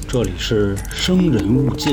这里是生人勿近。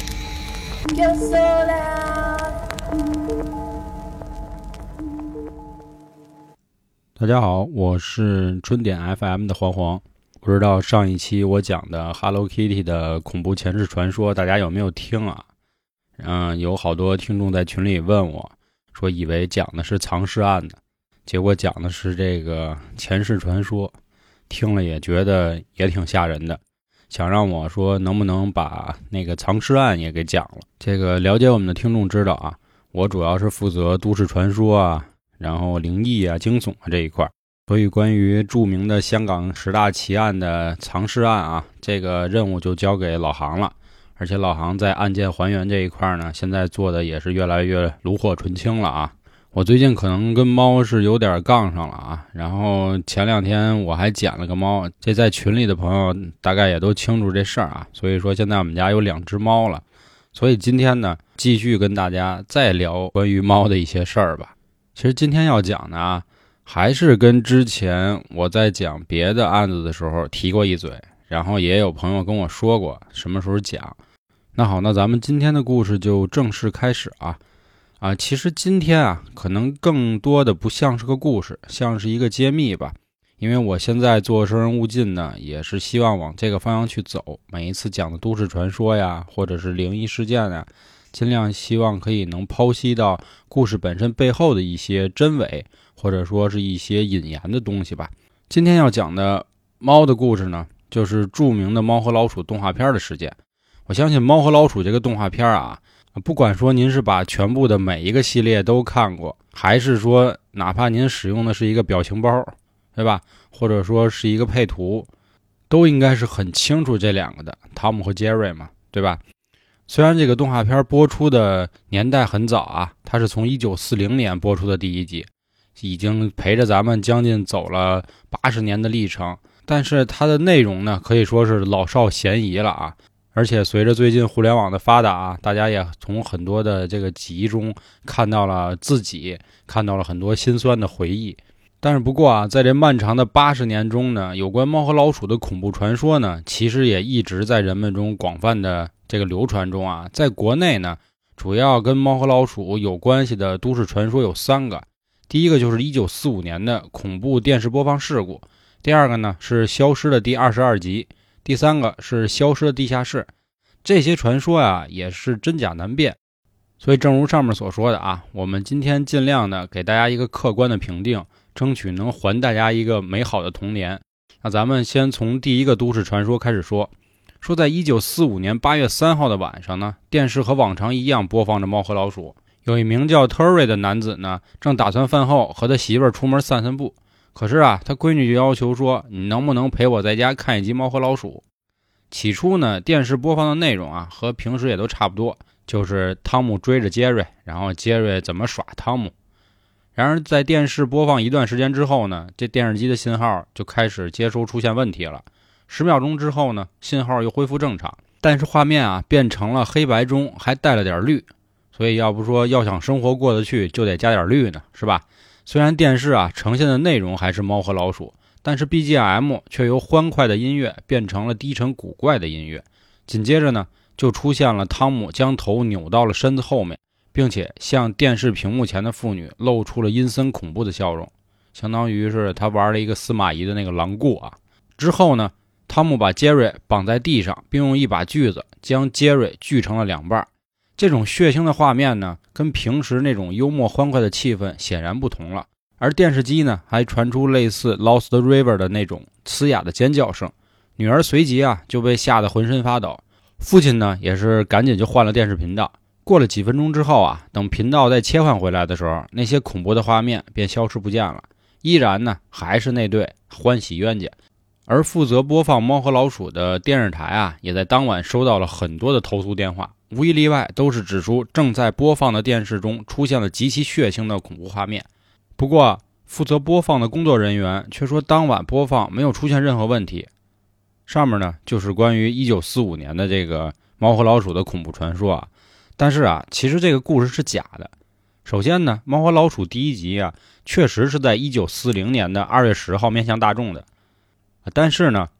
大家好，我是春点 FM 的黄黄。不知道上一期我讲的 Hello Kitty 的恐怖前世传说大家有没有听啊？有好多听众在群里问我说，以为讲的是藏尸案的，结果讲的是这个前世传说，听了也觉得也挺吓人的，想让我说能不能把那个藏尸案也给讲了。这个了解我们的听众知道啊，我主要是负责都市传说啊，然后灵异啊、惊悚啊这一块，所以关于著名的香港10大奇案的藏尸案啊，这个任务就交给老杭了。而且老杭在案件还原这一块呢，现在做的也是越来越炉火纯青了啊。我最近可能跟猫是有点杠上了啊，然后前2天我还捡了个猫，这在群里的朋友大概也都清楚这事儿啊，所以说现在我们家有2只猫了。所以今天呢，继续跟大家再聊关于猫的一些事儿吧。其实今天要讲的啊，还是跟之前我在讲别的案子的时候提过一嘴，然后也有朋友跟我说过什么时候讲。那好，那咱们今天的故事就正式开始啊。其实今天啊，可能更多的不像是个故事，像是一个揭秘吧。因为我现在做生人勿近呢，也是希望往这个方向去走。每一次讲的都市传说呀，或者是灵异事件呀，尽量希望可以能剖析到故事本身背后的一些真伪，或者说是一些引言的东西吧。今天要讲的猫的故事呢，就是著名的猫和老鼠动画片的事件。我相信猫和老鼠这个动画片啊，不管说您是把全部的每一个系列都看过，还是说哪怕您使用的是一个表情包，对吧？或者说是一个配图，都应该是很清楚这2个的，汤姆和杰瑞嘛，对吧？虽然这个动画片播出的年代很早啊，它是从1940年播出的第1集，已经陪着咱们将近走了80年的历程，但是它的内容呢，可以说是老少咸宜了啊。而且随着最近互联网的发达啊，大家也从很多的这个集中看到了自己，看到了很多心酸的回忆。但是不过啊，在这漫长的80年中呢，有关猫和老鼠的恐怖传说呢，其实也一直在人们中广泛的这个流传中啊。在国内呢，主要跟猫和老鼠有关系的都市传说有3个。第一个就是1945年的恐怖电视播放事故，第二个呢是消失的第22集，第3个是消失的地下室。这些传说啊，也是真假难辨。所以正如上面所说的啊，我们今天尽量的给大家一个客观的评定，争取能还大家一个美好的童年。那咱们先从第一个都市传说开始说在1945年8月3号的晚上呢，电视和往常一样播放着猫和老鼠。有一名叫 Terry 的男子呢，正打算饭后和他媳妇儿出门散散步。可是啊，他闺女就要求说，你能不能陪我在家看一集猫和老鼠？起初呢，电视播放的内容啊，和平时也都差不多，就是汤姆追着杰瑞，然后杰瑞怎么耍汤姆。然而在电视播放一段时间之后呢，这电视机的信号就开始接收出现问题了。10秒钟之后呢，信号又恢复正常，但是画面啊变成了黑白中还带了点绿。所以要不说要想生活过得去，就得加点绿呢，是吧？虽然电视啊呈现的内容还是猫和老鼠，但是 BGM 却由欢快的音乐变成了低沉古怪的音乐。紧接着呢，就出现了汤姆将头扭到了身子后面，并且向电视屏幕前的妇女露出了阴森恐怖的笑容，相当于是他玩了一个司马懿的那个狼顾啊。之后呢，汤姆把杰瑞绑在地上，并用一把锯子将杰瑞锯成了2半。这种血腥的画面呢，跟平时那种幽默欢快的气氛显然不同了。而电视机呢，还传出类似 Lost River 的那种嘶哑的尖叫声。女儿随即啊就被吓得浑身发抖，父亲呢也是赶紧就换了电视频道。过了几分钟之后啊，等频道再切换回来的时候，那些恐怖的画面便消失不见了，依然呢还是那对欢喜冤家。而负责播放猫和老鼠的电视台啊，也在当晚收到了很多的投诉电话，无一例外都是指出正在播放的电视中出现了极其血腥的恐怖画面。不过负责播放的工作人员却说当晚播放没有出现任何问题。上面呢就是关于1945年的这个猫和老鼠的恐怖传说啊。但是啊，其实这个故事是假的。首先呢，猫和老鼠第1集啊，确实是在1940年的2月10号面向大众的。但是呢，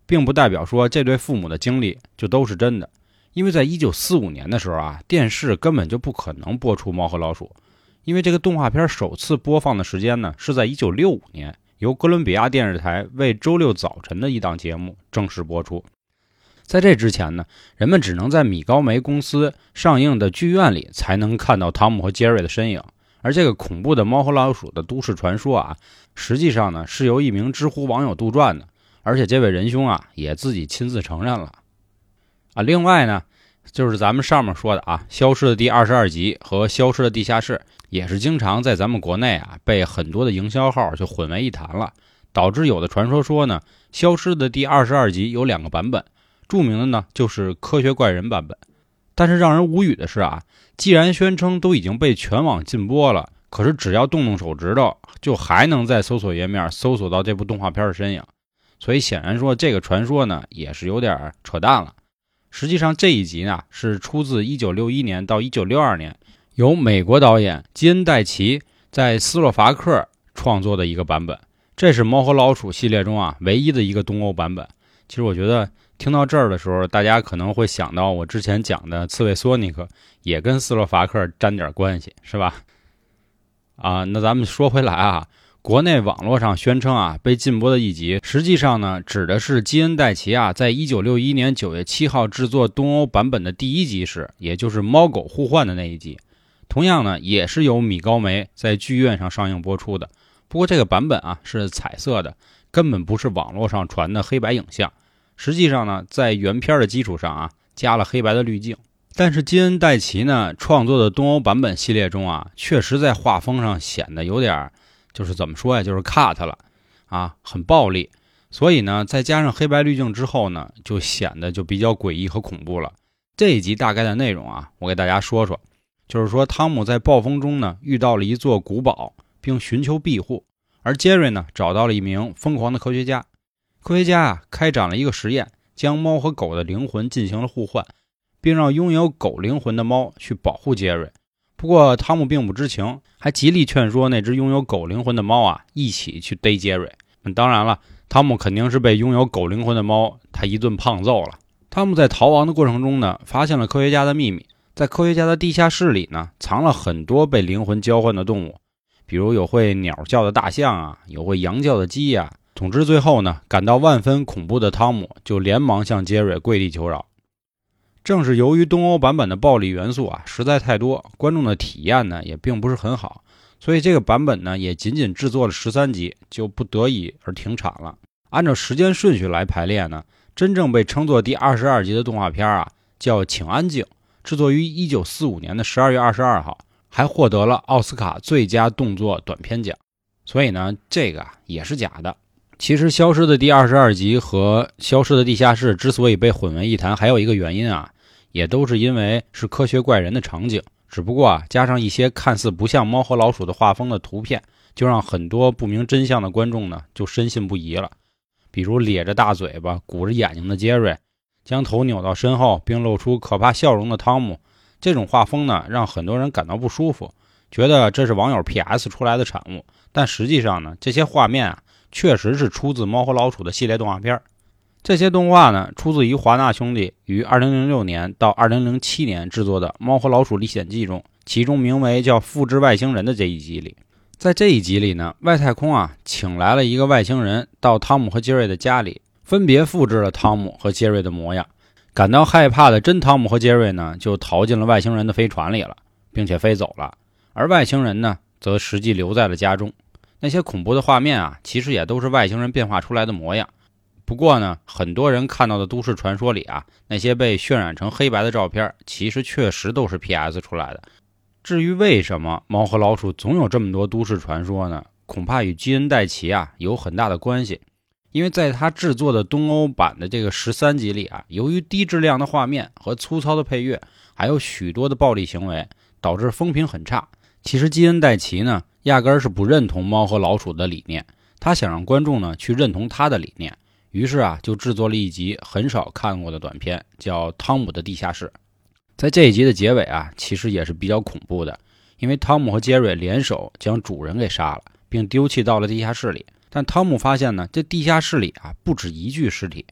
并不代表说这对父母的经历就都是真的。因为在1945年的时候啊，电视根本就不可能播出猫和老鼠，因为这个动画片首次播放的时间呢是在1965年，由哥伦比亚电视台为周六早晨的一档节目正式播出。在这之前呢，人们只能在米高梅公司上映的剧院里才能看到汤姆和杰瑞的身影。而这个恐怖的猫和老鼠的都市传说啊，实际上呢是由一名知乎网友杜撰的，而且这位仁兄啊也自己亲自承认了啊。另外呢，就是咱们上面说的啊，消失的第22集和消失的地下室也是经常在咱们国内啊被很多的营销号就混为一谈了，导致有的传说说呢，消失的第22集有2个版本，著名的呢就是科学怪人版本。但是让人无语的是啊，既然宣称都已经被全网禁播了，可是只要动动手指头就还能在搜索页面搜索到这部动画片的身影，所以显然说这个传说呢也是有点扯淡了。实际上这一集呢是出自1961年到1962年由美国导演基恩戴奇在斯洛伐克创作的一个版本，这是猫和老鼠系列中啊唯一的一个东欧版本。其实我觉得听到这儿的时候，大家可能会想到我之前讲的刺猬索尼克也跟斯洛伐克沾点关系，是吧？那咱们说回来啊，国内网络上宣称啊被禁播的一集，实际上呢指的是基恩戴奇啊在1961年9月7号制作东欧版本的第1集时，也就是猫狗互换的那一集。同样呢也是由米高梅在剧院上上映播出的，不过这个版本啊是彩色的，根本不是网络上传的黑白影像。实际上呢，在原片的基础上啊，加了黑白的滤镜。但是基恩戴奇呢创作的东欧版本系列中啊，确实在画风上显得有点，就是怎么说呀，就是 cut 了啊，很暴力。所以呢，再加上黑白滤镜之后呢，就显得就比较诡异和恐怖了。这一集大概的内容啊，我给大家说说，就是说汤姆在暴风中呢遇到了一座古堡，并寻求庇护，而杰瑞呢找到了一名疯狂的科学家。科学家啊开展了一个实验，将猫和狗的灵魂进行了互换，并让拥有狗灵魂的猫去保护杰瑞。不过汤姆并不知情，还极力劝说那只拥有狗灵魂的猫啊一起去逮杰瑞。当然了，汤姆肯定是被拥有狗灵魂的猫他一顿胖揍了。汤姆在逃亡的过程中呢，发现了科学家的秘密，在科学家的地下室里呢，藏了很多被灵魂交换的动物，比如有会鸟叫的大象啊，有会羊叫的鸡啊。总之最后呢，感到万分恐怖的汤姆就连忙向杰瑞跪地求饶。正是由于东欧版本的暴力元素啊实在太多，观众的体验呢也并不是很好，所以这个版本呢也仅仅制作了13集，就不得已而停产了。按照时间顺序来排列呢，真正被称作第22集的动画片啊叫《请安静》，制作于1945年的12月22号，还获得了奥斯卡最佳动作短片奖。所以呢这个也是假的。其实消失的第22集和消失的地下室之所以被混为一谈，还有一个原因啊，也都是因为是科学怪人的场景，只不过加上一些看似不像猫和老鼠的画风的图片，就让很多不明真相的观众呢就深信不疑了。比如咧着大嘴巴鼓着眼睛的杰瑞，将头扭到身后并露出可怕笑容的汤姆，这种画风呢让很多人感到不舒服，觉得这是网友 PS 出来的产物。但实际上呢，这些画面啊确实是出自猫和老鼠的系列动画片。这些动画呢出自于华纳兄弟于2006年到2007年制作的《猫和老鼠历险记》中，其中名为叫复制外星人的这一集里。在这一集里呢，外太空啊请来了一个外星人到汤姆和杰瑞的家里，分别复制了汤姆和杰瑞的模样。感到害怕的真汤姆和杰瑞呢就逃进了外星人的飞船里了，并且飞走了，而外星人呢则实际留在了家中。那些恐怖的画面啊，其实也都是外星人变化出来的模样。不过呢，很多人看到的都市传说里啊，那些被渲染成黑白的照片，其实确实都是 PS 出来的。至于为什么猫和老鼠总有这么多都市传说呢？恐怕与基恩戴奇啊有很大的关系。因为在他制作的东欧版的这个13集里啊，由于低质量的画面和粗糙的配乐，还有许多的暴力行为，导致风评很差。其实基恩戴奇呢压根儿是不认同猫和老鼠的理念，他想让观众呢去认同他的理念，于是啊就制作了一集很少看过的短片，叫《汤姆的地下室》。在这一集的结尾啊，其实也是比较恐怖的，因为汤姆和杰瑞联手将主人给杀了，并丢弃到了地下室里。但汤姆发现呢，这地下室里啊不止一具尸体，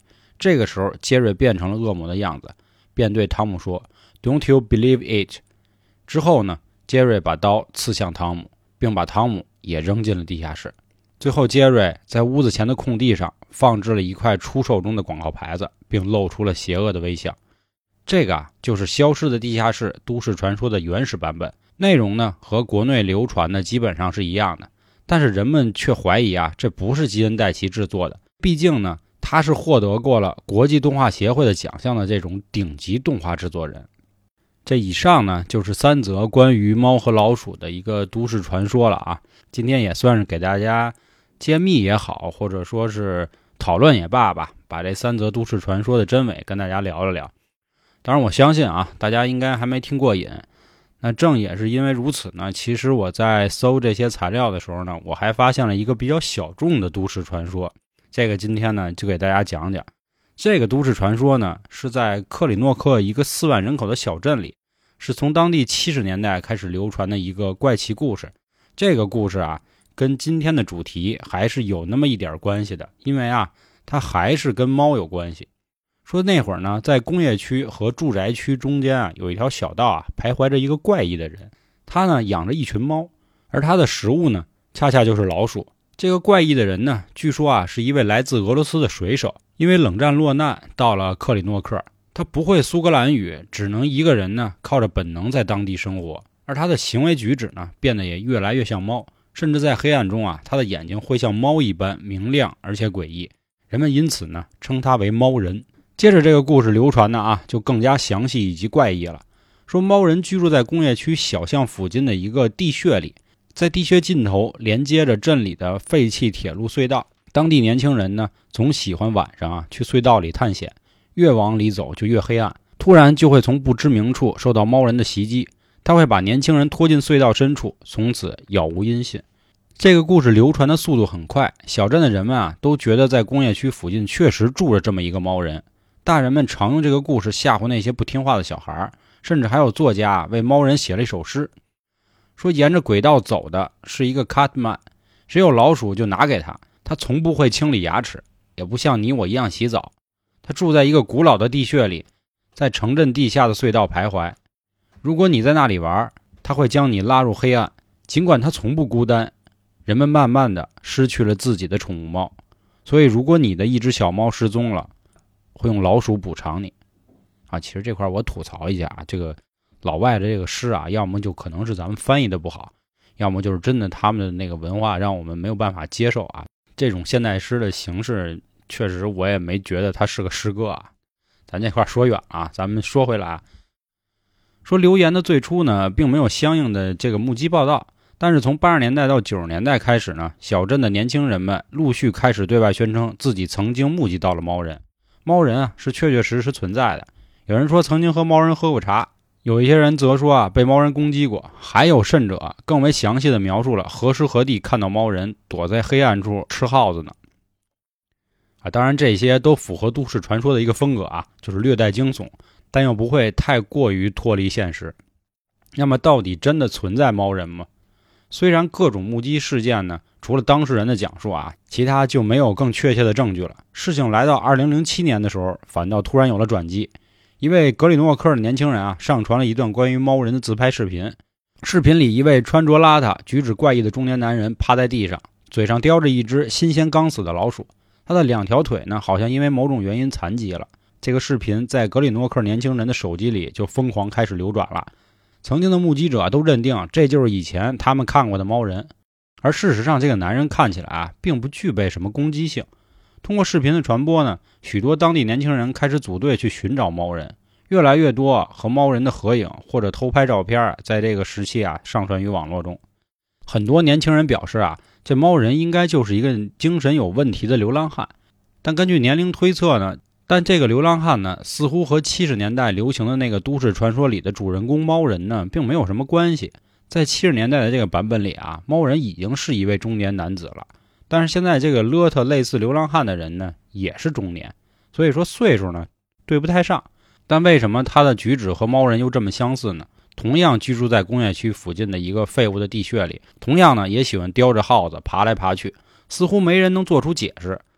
这个时候杰瑞变成了恶魔的样子，便对汤姆说 Don't you believe it。 之后呢，杰瑞把刀刺向汤姆，并把汤姆也扔进了地下室。最后杰瑞在屋子前的空地上放置了一块出售中的广告牌子，并露出了邪恶的微笑。这个就是消失的地下室都市传说的原始版本，内容呢和国内流传的基本上是一样的，但是人们却怀疑这不是基恩戴奇制作的，毕竟呢他是获得过了国际动画协会的奖项的这种顶级动画制作人。这以上呢就是3则关于猫和老鼠的一个都市传说了今天也算是给大家揭秘也好，或者说是讨论也罢吧，把这3则都市传说的真伪跟大家聊了聊。当然我相信大家应该还没听过瘾。那正也是因为如此呢，其实我在搜这些材料的时候呢，我还发现了一个比较小众的都市传说。这个今天呢就给大家讲讲。这个都市传说呢是在克里诺克一个4万人口的小镇里，是从当地70年代开始流传的一个怪奇故事。这个故事跟今天的主题还是有那么一点关系的，因为它还是跟猫有关系。说那会儿呢，在工业区和住宅区中间有一条小道徘徊着一个怪异的人，他呢养着一群猫，而他的食物呢恰恰就是老鼠。这个怪异的人呢，据说是一位来自俄罗斯的水手，因为冷战落难到了克里诺克，他不会苏格兰语，只能一个人呢靠着本能在当地生活，而他的行为举止呢变得也越来越像猫，甚至在黑暗中他的眼睛会像猫一般明亮而且诡异，人们因此呢称他为猫人。接着这个故事流传的就更加详细以及怪异了。说猫人居住在工业区小巷附近的一个地穴里，在地穴尽头连接着镇里的废弃铁路隧道。当地年轻人呢总喜欢晚上去隧道里探险，越往里走就越黑暗，突然就会从不知名处受到猫人的袭击，他会把年轻人拖进隧道深处，从此杳无音信。这个故事流传的速度很快，小镇的人们都觉得在工业区附近确实住着这么一个猫人。大人们常用这个故事吓唬那些不听话的小孩，甚至还有作家为猫人写了一首诗，说沿着轨道走的是一个 Catman， 谁有老鼠就拿给他，他从不会清理牙齿，也不像你我一样洗澡，他住在一个古老的地穴里，在城镇地下的隧道徘徊，如果你在那里玩，他会将你拉入黑暗，尽管他从不孤单。人们慢慢的失去了自己的宠物猫，所以如果你的一只小猫失踪了，会用老鼠补偿你其实这块我吐槽一下这个老外的这个诗要么就可能是咱们翻译的不好，要么就是真的他们的那个文化让我们没有办法接受这种现代诗的形式确实我也没觉得它是个诗歌咱这块说远了咱们说回来说留言的最初呢并没有相应的这个目击报道，但是从80年代到90年代开始呢，小镇的年轻人们陆续开始对外宣称自己曾经目击到了猫人。猫人是确确实实存在的，有人说曾经和猫人喝过茶，有一些人则说被猫人攻击过，还有甚者更为详细的描述了何时何地看到猫人躲在黑暗处吃耗子呢。当然这些都符合都市传说的一个风格就是略带惊悚，但又不会太过于脱离现实。那么到底真的存在猫人吗？虽然各种目击事件呢，除了当事人的讲述其他就没有更确切的证据了。事情来到2007年的时候，反倒突然有了转机。一位格里诺克的年轻人上传了一段关于猫人的自拍视频。视频里一位穿着邋遢、举止怪异的中年男人趴在地上，嘴上叼着一只新鲜刚死的老鼠，他的2条腿呢，好像因为某种原因残疾了。这个视频在格里诺克年轻人的手机里就疯狂开始流转了。曾经的目击者都认定这就是以前他们看过的猫人，而事实上这个男人看起来并不具备什么攻击性。通过视频的传播呢，许多当地年轻人开始组队去寻找猫人，越来越多和猫人的合影或者偷拍照片在这个时期上传于网络中。很多年轻人表示这猫人应该就是一个精神有问题的流浪汉，但根据年龄推测呢，但这个流浪汉呢，似乎和70年代流行的那个都市传说里的主人公猫人呢，并没有什么关系。在70年代的这个版本里猫人已经是一位中年男子了，但是现在这个勒特类似流浪汉的人呢，也是中年，所以说岁数呢对不太上。但为什么他的举止和猫人又这么相似呢？同样居住在工业区附近的一个废物的地穴里，同样呢也喜欢叼着耗子爬来爬去，似乎没人能做出解释。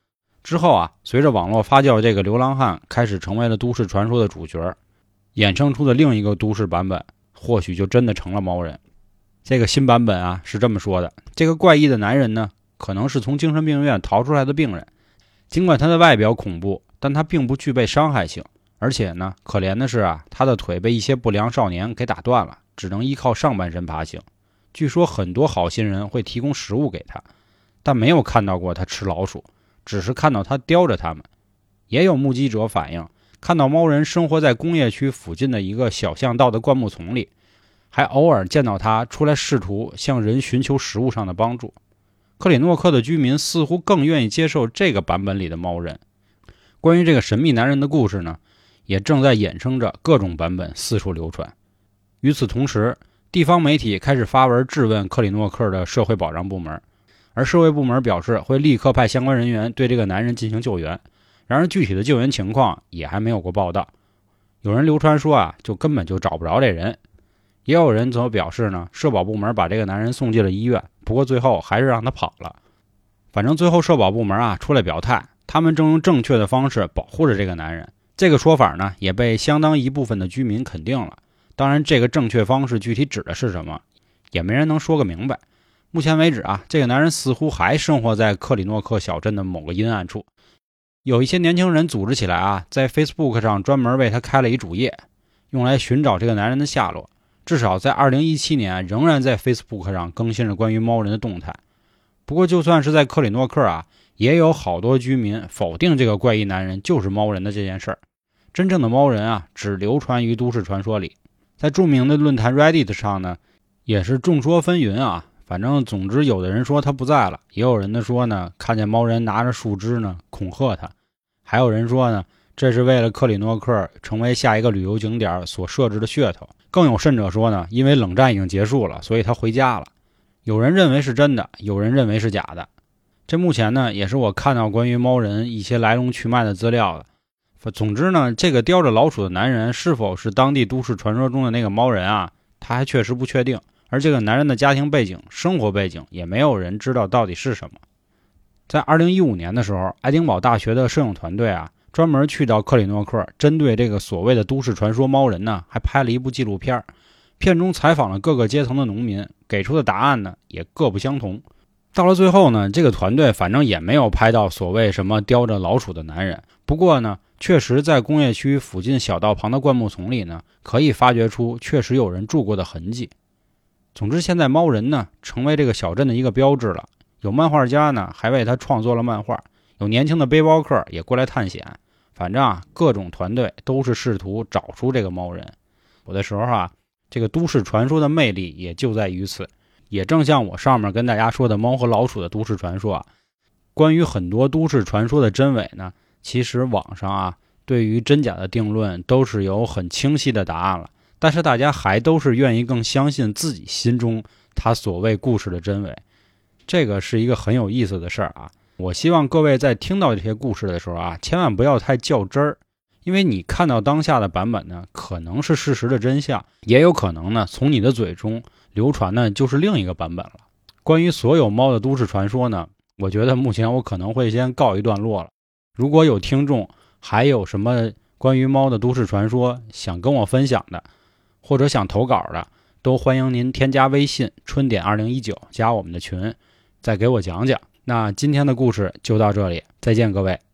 之后啊，随着网络发酵，这个流浪汉开始成为了都市传说的主角，衍生出的另一个都市版本或许就真的成了猫人。这个新版本啊是这么说的：这个怪异的男人呢，可能是从精神病院逃出来的病人，尽管他的外表恐怖，但他并不具备伤害性，而且呢，可怜的是啊，他的腿被一些不良少年给打断了，只能依靠上半身爬行。据说很多好心人会提供食物给他，但没有看到过他吃老鼠，只是看到他叼着它们。也有目击者反映，看到猫人生活在工业区附近的一个小巷道的灌木丛里，还偶尔见到他出来试图向人寻求食物上的帮助。克里诺克的居民似乎更愿意接受这个版本里的猫人。关于这个神秘男人的故事呢，也正在衍生着各种版本四处流传。与此同时，地方媒体开始发文质问克里诺克的社会保障部门，而社会部门表示会立刻派相关人员对这个男人进行救援。然而具体的救援情况也还没有过报道。有人流传说啊，就根本就找不着这人。也有人则表示呢，社保部门把这个男人送进了医院，不过最后还是让他跑了。反正最后社保部门啊出来表态，他们正用正确的方式保护着这个男人。这个说法呢，也被相当一部分的居民肯定了。当然，这个正确方式具体指的是什么，也没人能说个明白。目前为止啊，这个男人似乎还生活在克里诺克小镇的某个阴暗处。有一些年轻人组织起来啊，在 Facebook 上专门为他开了一主页，用来寻找这个男人的下落。至少在2017年仍然在 Facebook 上更新着关于猫人的动态。不过就算是在克里诺克啊，也有好多居民否定这个怪异男人就是猫人的这件事儿。真正的猫人啊，只流传于都市传说里。在著名的论坛 Reddit 上呢，也是众说纷纭啊。反正总之有的人说他不在了，也有人呢说呢看见猫人拿着树枝呢恐吓他，还有人说呢这是为了克里诺克成为下一个旅游景点所设置的噱头，更有甚者说呢因为冷战已经结束了，所以他回家了。有人认为是真的，有人认为是假的。这目前呢也是我看到关于猫人一些来龙去脉的资料的。总之呢，这个叼着老鼠的男人是否是当地都市传说中的那个猫人啊，他还确实不确定。而这个男人的家庭背景、生活背景也没有人知道到底是什么。在2015年的时候，爱丁堡大学的摄影团队啊，专门去到克里诺克，针对这个所谓的都市传说猫人呢，还拍了一部纪录片。片中采访了各个阶层的农民，给出的答案呢也各不相同。到了最后呢，这个团队反正也没有拍到所谓什么叼着老鼠的男人。不过呢，确实在工业区附近小道旁的灌木丛里呢，可以发掘出确实有人住过的痕迹。总之，现在猫人呢成为这个小镇的一个标志了。有漫画家呢还为他创作了漫画，有年轻的背包客也过来探险。反正啊，各种团队都是试图找出这个猫人。有的时候啊，这个都市传说的魅力也就在于此。也正像我上面跟大家说的猫和老鼠的都市传说啊，关于很多都市传说的真伪呢，其实网上啊对于真假的定论都是有很清晰的答案了。但是大家还都是愿意更相信自己心中他所谓故事的真伪，这个是一个很有意思的事儿啊。我希望各位在听到这些故事的时候啊，千万不要太较真儿，因为你看到当下的版本呢，可能是事实的真相，也有可能呢从你的嘴中流传呢就是另一个版本了。关于所有猫的都市传说呢，我觉得目前我可能会先告一段落了。如果有听众还有什么关于猫的都市传说想跟我分享的，或者想投稿的，都欢迎您添加微信春点2019加我们的群，再给我讲讲。那今天的故事就到这里，再见各位。